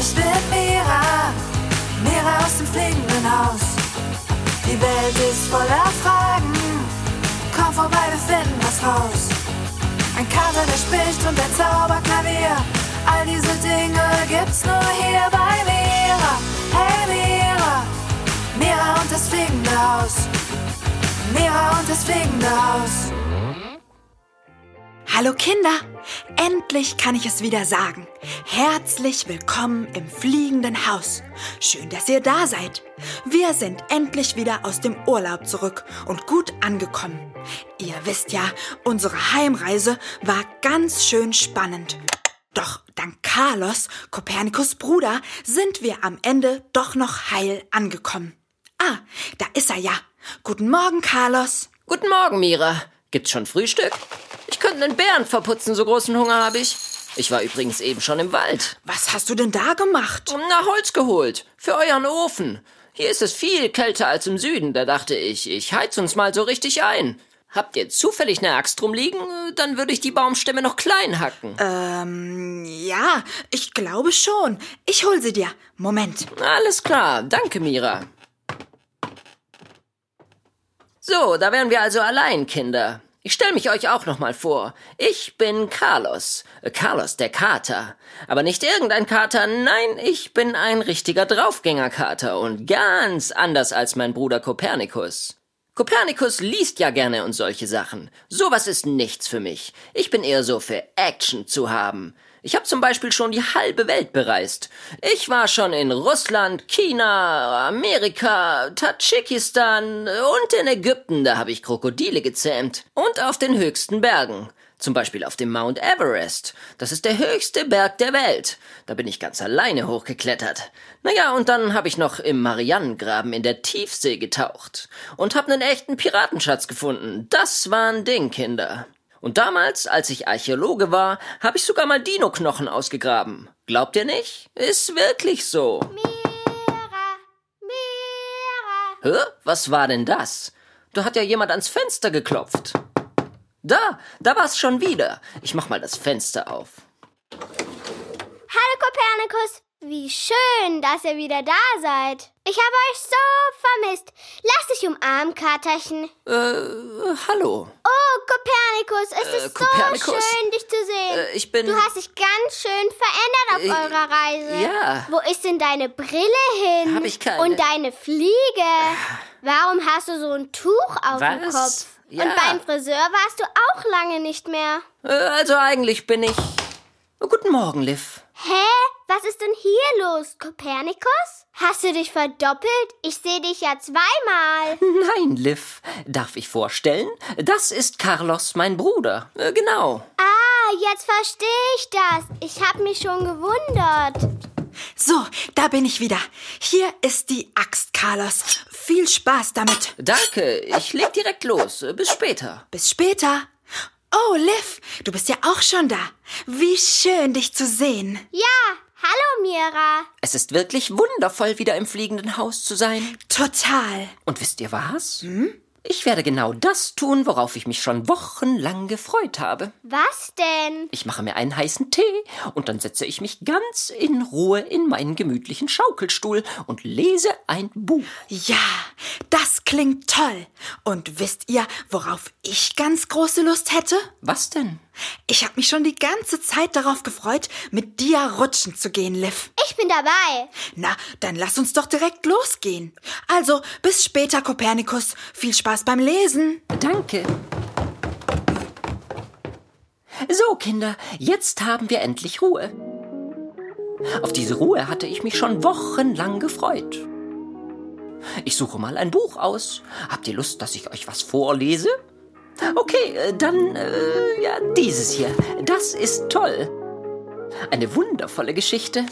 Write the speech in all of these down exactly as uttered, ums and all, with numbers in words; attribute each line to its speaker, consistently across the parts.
Speaker 1: Ich bin Mira, Mira aus dem fliegenden Haus. Die Welt ist voller Fragen, komm vorbei, wir finden was raus. Ein Kater, der spricht und der Zauberklavier, all diese Dinge gibt's nur hier bei Mira. Hey Mira, Mira und das fliegende Haus. Mira und das fliegende Haus.
Speaker 2: Hallo Kinder, endlich kann ich es wieder sagen. Herzlich willkommen im fliegenden Haus. Schön, dass ihr da seid. Wir sind endlich wieder aus dem Urlaub zurück und gut angekommen. Ihr wisst ja, unsere Heimreise war ganz schön spannend. Doch dank Carlos, Kopernikus' Bruder, sind wir am Ende doch noch heil angekommen. Ah, da ist er ja. Guten Morgen, Carlos.
Speaker 3: Guten Morgen, Mira. Gibt's schon Frühstück? Ich könnte einen Bären verputzen, so großen Hunger habe ich. Ich war übrigens eben schon im Wald.
Speaker 2: Was hast du denn da gemacht?
Speaker 3: Na, Holz geholt. Für euren Ofen. Hier ist es viel kälter als im Süden. Da dachte ich, ich heiz uns mal so richtig ein. Habt ihr zufällig eine Axt rumliegen? Dann würde ich die Baumstämme noch klein hacken.
Speaker 2: Ähm, ja, ich glaube schon. Ich hol sie dir. Moment.
Speaker 3: Alles klar. Danke, Mira. So, da wären wir also allein, Kinder. Ich stelle mich euch auch noch mal vor. Ich bin Carlos. Äh, Carlos, der Kater. Aber nicht irgendein Kater, nein, ich bin ein richtiger Draufgängerkater und ganz anders als mein Bruder Kopernikus. Kopernikus liest ja gerne und solche Sachen. Sowas ist nichts für mich. Ich bin eher so für Action zu haben. Ich habe zum Beispiel schon die halbe Welt bereist. Ich war schon in Russland, China, Amerika, Tadschikistan und in Ägypten, da habe ich Krokodile gezähmt. Und auf den höchsten Bergen. Zum Beispiel auf dem Mount Everest. Das ist der höchste Berg der Welt. Da bin ich ganz alleine hochgeklettert. Naja, und dann habe ich noch im Marianengraben in der Tiefsee getaucht. Und habe einen echten Piratenschatz gefunden. Das war ein Ding, Kinder. Und damals, als ich Archäologe war, habe ich sogar mal Dino-Knochen ausgegraben. Glaubt ihr nicht? Ist wirklich so.
Speaker 4: Mira, Mira.
Speaker 3: Hä? Was war denn das? Da hat ja jemand ans Fenster geklopft. Da, da war's schon wieder. Ich mach mal das Fenster auf.
Speaker 4: Hallo Kopernikus, wie schön, dass ihr wieder da seid. Ich habe euch so vermisst. Lass dich umarmen, Katerchen.
Speaker 3: Äh, hallo.
Speaker 4: Oh, Kopernikus, es
Speaker 3: Äh,
Speaker 4: ist
Speaker 3: Kopernikus?
Speaker 4: so schön, dich zu sehen.
Speaker 3: Äh, ich bin...
Speaker 4: Du hast dich ganz schön verändert auf
Speaker 3: Äh,
Speaker 4: eurer Reise.
Speaker 3: ja.
Speaker 4: Wo ist denn deine Brille hin?
Speaker 3: Hab ich keine.
Speaker 4: Und deine Fliege? Warum hast du so ein Tuch auf dem
Speaker 3: Was?
Speaker 4: Kopf?
Speaker 3: Ja.
Speaker 4: Und beim Friseur warst du auch lange nicht mehr.
Speaker 3: Äh, also eigentlich bin ich... Guten Morgen, Liv.
Speaker 4: Hä? Was ist denn hier los, Kopernikus? Hast du dich verdoppelt? Ich sehe dich ja zweimal.
Speaker 3: Nein, Liv. Darf ich vorstellen? Das ist Carlos, mein Bruder. Äh, genau.
Speaker 4: Ah, jetzt verstehe ich das. Ich habe mich schon gewundert.
Speaker 2: So, da bin ich wieder. Hier ist die Axt, Carlos. Viel Spaß damit.
Speaker 3: Danke, ich leg direkt los. Bis später.
Speaker 2: Bis später. Oh, Liv, du bist ja auch schon da. Wie schön, dich zu sehen.
Speaker 4: Ja, hallo Mira.
Speaker 3: Es ist wirklich wundervoll, wieder im fliegenden Haus zu sein.
Speaker 2: Total.
Speaker 3: Und wisst ihr was? Hm? Ich werde genau das tun, worauf ich mich schon wochenlang gefreut habe.
Speaker 4: Was denn?
Speaker 3: Ich mache mir einen heißen Tee und dann setze ich mich ganz in Ruhe in meinen gemütlichen Schaukelstuhl und lese ein Buch.
Speaker 2: Ja, das klingt toll. Und wisst ihr, worauf ich ganz große Lust hätte?
Speaker 3: Was denn?
Speaker 2: Ich habe mich schon die ganze Zeit darauf gefreut, mit dir rutschen zu gehen, Liv.
Speaker 4: Ich bin dabei.
Speaker 2: Na, dann lass uns doch direkt losgehen. Also, bis später, Kopernikus. Viel Spaß beim Lesen.
Speaker 3: Danke. So, Kinder, jetzt haben wir endlich Ruhe. Auf diese Ruhe hatte ich mich schon wochenlang gefreut. Ich suche mal ein Buch aus. Habt ihr Lust, dass ich euch was vorlese? Okay, dann, äh, ja, dieses hier. Das ist toll. Eine wundervolle Geschichte.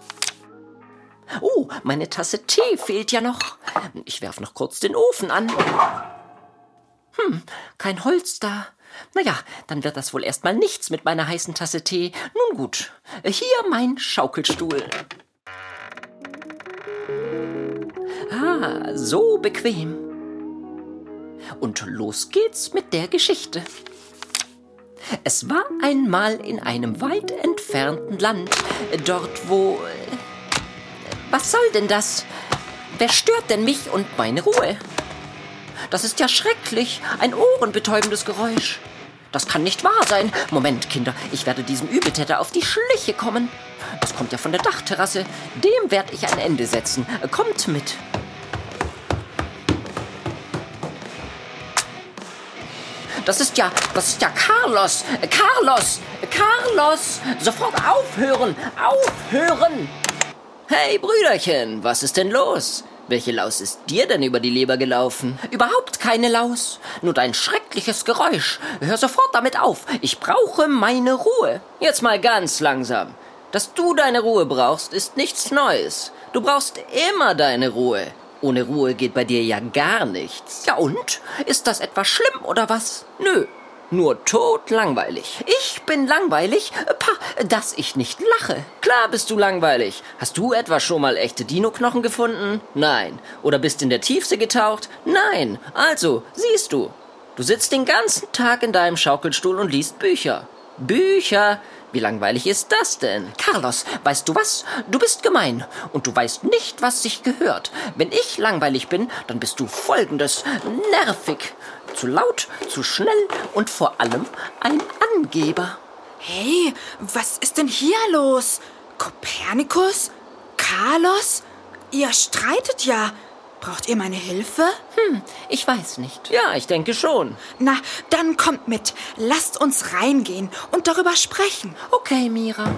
Speaker 3: Oh, meine Tasse Tee fehlt ja noch. Ich werf noch kurz den Ofen an. Hm, kein Holz da. Naja, dann wird das wohl erstmal nichts mit meiner heißen Tasse Tee. Nun gut, hier mein Schaukelstuhl. Ah, so bequem. Und los geht's mit der Geschichte. Es war einmal in einem weit entfernten Land, dort wo... Was soll denn das? Wer stört denn mich und meine Ruhe? Das ist ja schrecklich, ein ohrenbetäubendes Geräusch. Das kann nicht wahr sein. Moment, Kinder, ich werde diesem Übeltäter auf die Schliche kommen. Das kommt ja von der Dachterrasse. Dem werde ich ein Ende setzen. Kommt mit. Das ist ja, das ist ja Carlos. Carlos, Carlos, sofort aufhören, aufhören. Hey, Brüderchen, was ist denn los? Welche Laus ist dir denn über die Leber gelaufen? Überhaupt keine Laus, nur dein schreckliches Geräusch. Hör sofort damit auf. Ich brauche meine Ruhe. Jetzt mal ganz langsam. Dass du deine Ruhe brauchst, ist nichts Neues. Du brauchst immer deine Ruhe. Ohne Ruhe geht bei dir ja gar nichts. Ja und? Ist das etwa schlimm oder was? Nö. Nur totlangweilig. Ich bin langweilig? Pah, dass ich nicht lache. Klar bist du langweilig. Hast du etwa schon mal echte Dino-Knochen gefunden? Nein. Oder bist in der Tiefsee getaucht? Nein. Also, siehst du. Du sitzt den ganzen Tag in deinem Schaukelstuhl und liest Bücher. Bücher? Wie langweilig ist das denn? Carlos, weißt du was? Du bist gemein und du weißt nicht, was sich gehört. Wenn ich langweilig bin, dann bist du folgendes: nervig. Zu laut, zu schnell und vor allem ein Angeber.
Speaker 2: Hey, was ist denn hier los? Kopernikus? Carlos? Ihr streitet ja. Braucht ihr meine Hilfe?
Speaker 3: Hm, ich weiß nicht. Ja, ich denke schon.
Speaker 2: Na, dann kommt mit. Lasst uns reingehen und darüber sprechen.
Speaker 3: Okay, Mira.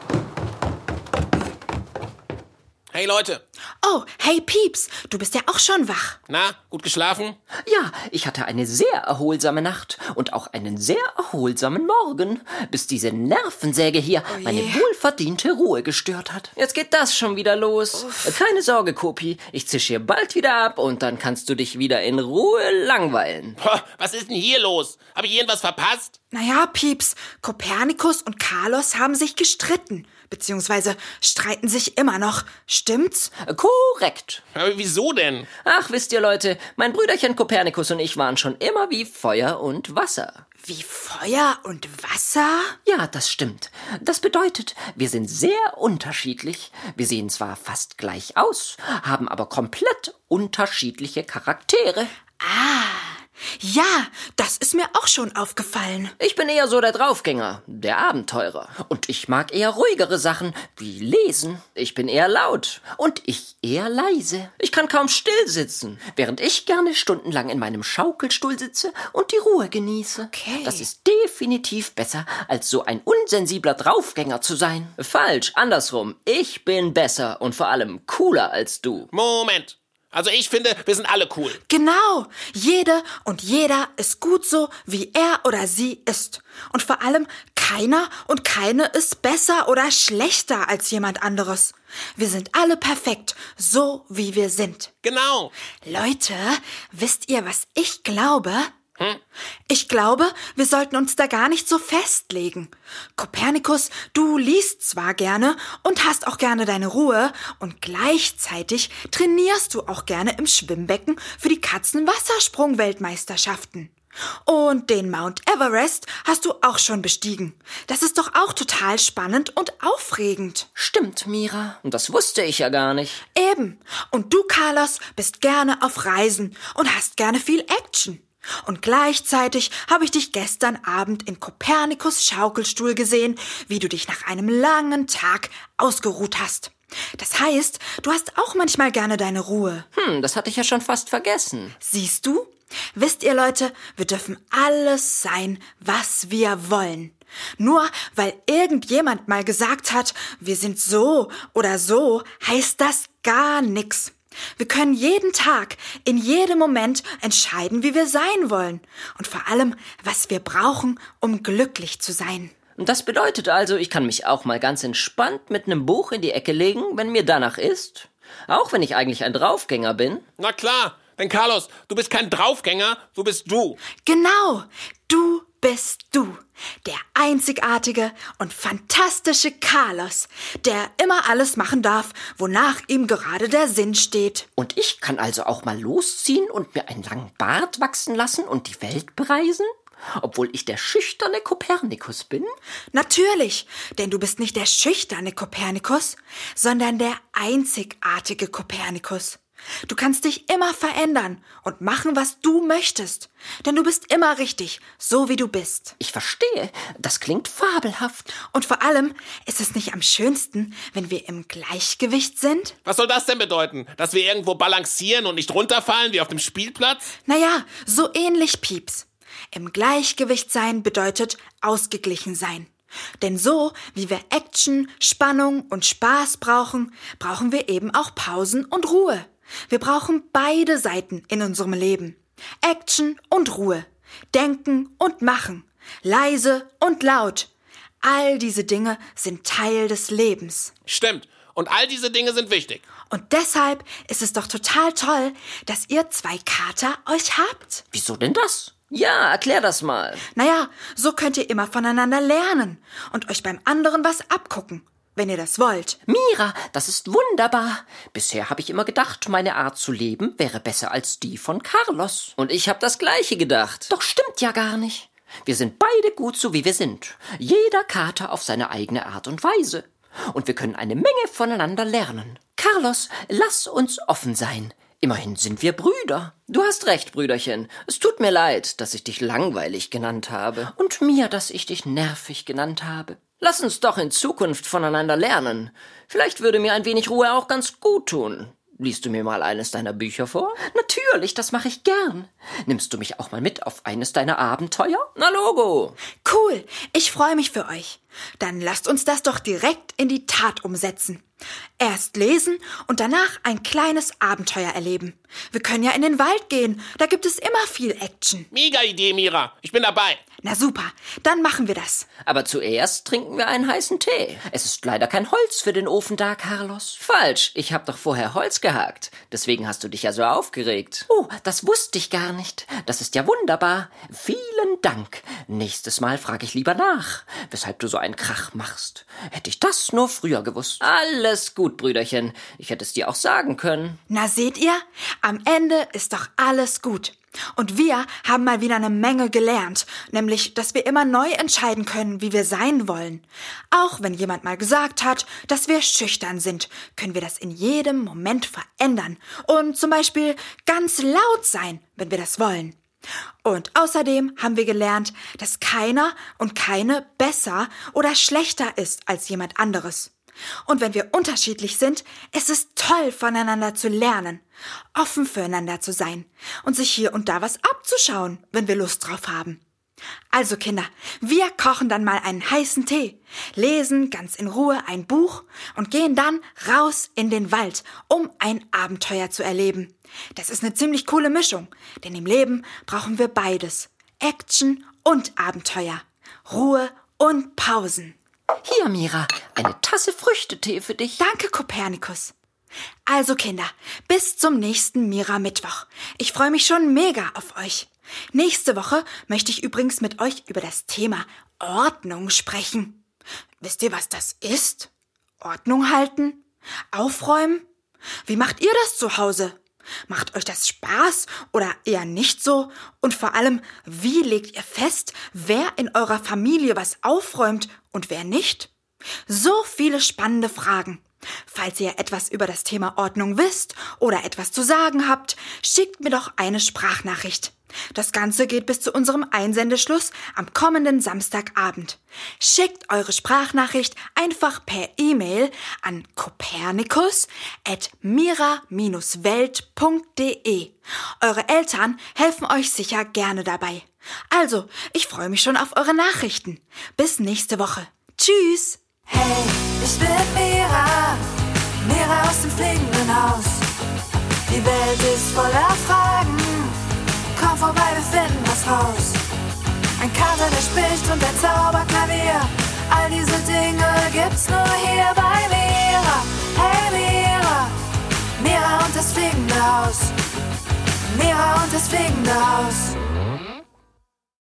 Speaker 5: Hey Leute.
Speaker 2: Oh, hey Pieps, du bist ja auch schon wach.
Speaker 5: Na, gut geschlafen?
Speaker 3: Ja, ich hatte eine sehr erholsame Nacht und auch einen sehr erholsamen Morgen, bis diese Nervensäge hier
Speaker 2: Oh je.
Speaker 3: meine wohlverdiente Ruhe gestört hat. Jetzt geht das schon wieder los. Uff. Keine Sorge, Kopi, ich zische hier bald wieder ab und dann kannst du dich wieder in Ruhe langweilen.
Speaker 5: Boah, was ist denn hier los? Habe ich irgendwas verpasst?
Speaker 2: Naja, Pieps, Kopernikus und Carlos haben sich gestritten. Beziehungsweise streiten sich immer noch. Stimmt's?
Speaker 3: Korrekt.
Speaker 5: Aber wieso denn?
Speaker 3: Ach, wisst ihr Leute, mein Brüderchen Kopernikus und ich waren schon immer wie Feuer und Wasser.
Speaker 2: Wie Feuer und Wasser?
Speaker 3: Ja, das stimmt. Das bedeutet, wir sind sehr unterschiedlich. Wir sehen zwar fast gleich aus, haben aber komplett unterschiedliche Charaktere.
Speaker 2: Ah, ja, das ist mir auch schon aufgefallen.
Speaker 3: Ich bin eher so der Draufgänger, der Abenteurer. Und ich mag eher ruhigere Sachen, wie lesen. Ich bin eher laut und ich eher leise. Ich kann kaum still sitzen, während ich gerne stundenlang in meinem Schaukelstuhl sitze und die Ruhe genieße.
Speaker 2: Okay.
Speaker 3: Das ist definitiv besser, als so ein unsensibler Draufgänger zu sein. Falsch, andersrum. Ich bin besser und vor allem cooler als du.
Speaker 5: Moment. Also ich finde, wir sind alle cool.
Speaker 2: Genau, jede und jeder ist gut so, wie er oder sie ist. Und vor allem keiner und keine ist besser oder schlechter als jemand anderes. Wir sind alle perfekt, so wie wir sind.
Speaker 5: Genau.
Speaker 2: Leute, wisst ihr, was ich glaube?
Speaker 5: Hm?
Speaker 2: Ich glaube, wir sollten uns da gar nicht so festlegen. Kopernikus, du liest zwar gerne und hast auch gerne deine Ruhe und gleichzeitig trainierst du auch gerne im Schwimmbecken für die Katzenwassersprung-Weltmeisterschaften. Und den Mount Everest hast du auch schon bestiegen. Das ist doch auch total spannend und aufregend.
Speaker 3: Stimmt, Mira. Das wusste ich ja gar nicht.
Speaker 2: Eben. Und du, Carlos, bist gerne auf Reisen und hast gerne viel Action. Und gleichzeitig habe ich dich gestern Abend in Kopernikus Schaukelstuhl gesehen, wie du dich nach einem langen Tag ausgeruht hast. Das heißt, du hast auch manchmal gerne deine Ruhe.
Speaker 3: Hm, das hatte ich ja schon fast vergessen.
Speaker 2: Siehst du? Wisst ihr, Leute, wir dürfen alles sein, was wir wollen. Nur weil irgendjemand mal gesagt hat, wir sind so oder so, heißt das gar nix. Wir können jeden Tag, in jedem Moment entscheiden, wie wir sein wollen. Und vor allem, was wir brauchen, um glücklich zu sein.
Speaker 3: Und das bedeutet also, ich kann mich auch mal ganz entspannt mit einem Buch in die Ecke legen, wenn mir danach ist. Auch wenn ich eigentlich ein Draufgänger bin.
Speaker 5: Na klar, denn Carlos, du bist kein Draufgänger, du bist du.
Speaker 2: Genau, du bist du. Der einzigartige und fantastische Carlos, der immer alles machen darf, wonach ihm gerade der Sinn steht.
Speaker 3: Und ich kann also auch mal losziehen und mir einen langen Bart wachsen lassen und die Welt bereisen? Obwohl ich der schüchterne Kopernikus bin?
Speaker 2: Natürlich, denn du bist nicht der schüchterne Kopernikus, sondern der einzigartige Kopernikus. Du kannst dich immer verändern und machen, was du möchtest. Denn du bist immer richtig, so wie du bist.
Speaker 3: Ich verstehe. Das klingt fabelhaft.
Speaker 2: Und vor allem ist es nicht am schönsten, wenn wir im Gleichgewicht sind?
Speaker 5: Was soll das denn bedeuten? Dass wir irgendwo balancieren und nicht runterfallen wie auf dem Spielplatz?
Speaker 2: Naja, so ähnlich, Pieps. Im Gleichgewicht sein bedeutet ausgeglichen sein. Denn so, wie wir Action, Spannung und Spaß brauchen, brauchen wir eben auch Pausen und Ruhe. Wir brauchen beide Seiten in unserem Leben. Action und Ruhe. Denken und machen. Leise und laut. All diese Dinge sind Teil des Lebens.
Speaker 5: Stimmt. Und all diese Dinge sind wichtig.
Speaker 2: Und deshalb ist es doch total toll, dass ihr zwei Kater euch habt.
Speaker 3: Wieso denn das? Ja, erklär das mal.
Speaker 2: Naja, so könnt ihr immer voneinander lernen und euch beim anderen was abgucken, wenn ihr das wollt.
Speaker 3: Mira, das ist wunderbar. Bisher habe ich immer gedacht, meine Art zu leben wäre besser als die von Carlos. Und ich habe das Gleiche gedacht. Doch stimmt ja gar nicht. Wir sind beide gut so, wie wir sind. Jeder Kater auf seine eigene Art und Weise. Und wir können eine Menge voneinander lernen. Carlos, lass uns offen sein. Immerhin sind wir Brüder. Du hast recht, Brüderchen. Es tut mir leid, dass ich dich langweilig genannt habe. Und mir, dass ich dich nervig genannt habe. Lass uns doch in Zukunft voneinander lernen. Vielleicht würde mir ein wenig Ruhe auch ganz gut tun. Liest du mir mal eines deiner Bücher vor? Natürlich, das mache ich gern. Nimmst du mich auch mal mit auf eines deiner Abenteuer? Na logo.
Speaker 2: Cool, ich freue mich für euch. Dann lasst uns das doch direkt in die Tat umsetzen. Erst lesen und danach ein kleines Abenteuer erleben. Wir können ja in den Wald gehen, da gibt es immer viel Action.
Speaker 5: Mega Idee, Mira. Ich bin dabei.
Speaker 2: Na super, dann machen wir das.
Speaker 3: Aber zuerst trinken wir einen heißen Tee. Es ist leider kein Holz für den Ofen da, Carlos. Falsch, ich habe doch vorher Holz gehakt. Deswegen hast du dich ja so aufgeregt. Oh, das wusste ich gar nicht. Das ist ja wunderbar. Vielen Dank. Nächstes Mal frage ich lieber nach, weshalb du so einen Krach machst. Hätte ich das nur früher gewusst. Alles gut, Brüderchen. Ich hätte es dir auch sagen können.
Speaker 2: Na seht ihr, am Ende ist doch alles gut. Und wir haben mal wieder eine Menge gelernt, nämlich, dass wir immer neu entscheiden können, wie wir sein wollen. Auch wenn jemand mal gesagt hat, dass wir schüchtern sind, können wir das in jedem Moment verändern und zum Beispiel ganz laut sein, wenn wir das wollen. Und außerdem haben wir gelernt, dass keiner und keine besser oder schlechter ist als jemand anderes. Und wenn wir unterschiedlich sind, ist es toll, voneinander zu lernen, offen füreinander zu sein und sich hier und da was abzuschauen, wenn wir Lust drauf haben. Also Kinder, wir kochen dann mal einen heißen Tee, lesen ganz in Ruhe ein Buch und gehen dann raus in den Wald, um ein Abenteuer zu erleben. Das ist eine ziemlich coole Mischung, denn im Leben brauchen wir beides, Action und Abenteuer, Ruhe und Pausen.
Speaker 3: Hier, Mira, eine Tasse Früchtetee für dich.
Speaker 2: Danke, Kopernikus. Also Kinder, bis zum nächsten Mira-Mittwoch. Ich freue mich schon mega auf euch. Nächste Woche möchte ich übrigens mit euch über das Thema Ordnung sprechen. Wisst ihr, was das ist? Ordnung halten? Aufräumen? Wie macht ihr das zu Hause? Macht euch das Spaß oder eher nicht so? Und vor allem, wie legt ihr fest, wer in eurer Familie was aufräumt und wer nicht? So viele spannende Fragen. Falls ihr etwas über das Thema Ordnung wisst oder etwas zu sagen habt, schickt mir doch eine Sprachnachricht. Das Ganze geht bis zu unserem Einsendeschluss am kommenden Samstagabend. Schickt eure Sprachnachricht einfach per E-Mail an kopernikus at mira Bindestrich welt punkt de. Eure Eltern helfen euch sicher gerne dabei. Also, ich freue mich schon auf eure Nachrichten. Bis nächste Woche. Tschüss!
Speaker 1: Hey, ich bin Mira, Mira aus dem fliegenden Haus. Die Welt ist voller Fragen, komm vorbei, wir finden was raus. Ein Kater, der spricht und der Zauberklavier, all diese Dinge gibt's nur hier bei Mira. Hey Mira, Mira und das fliegende Haus, Mira und das fliegende Haus.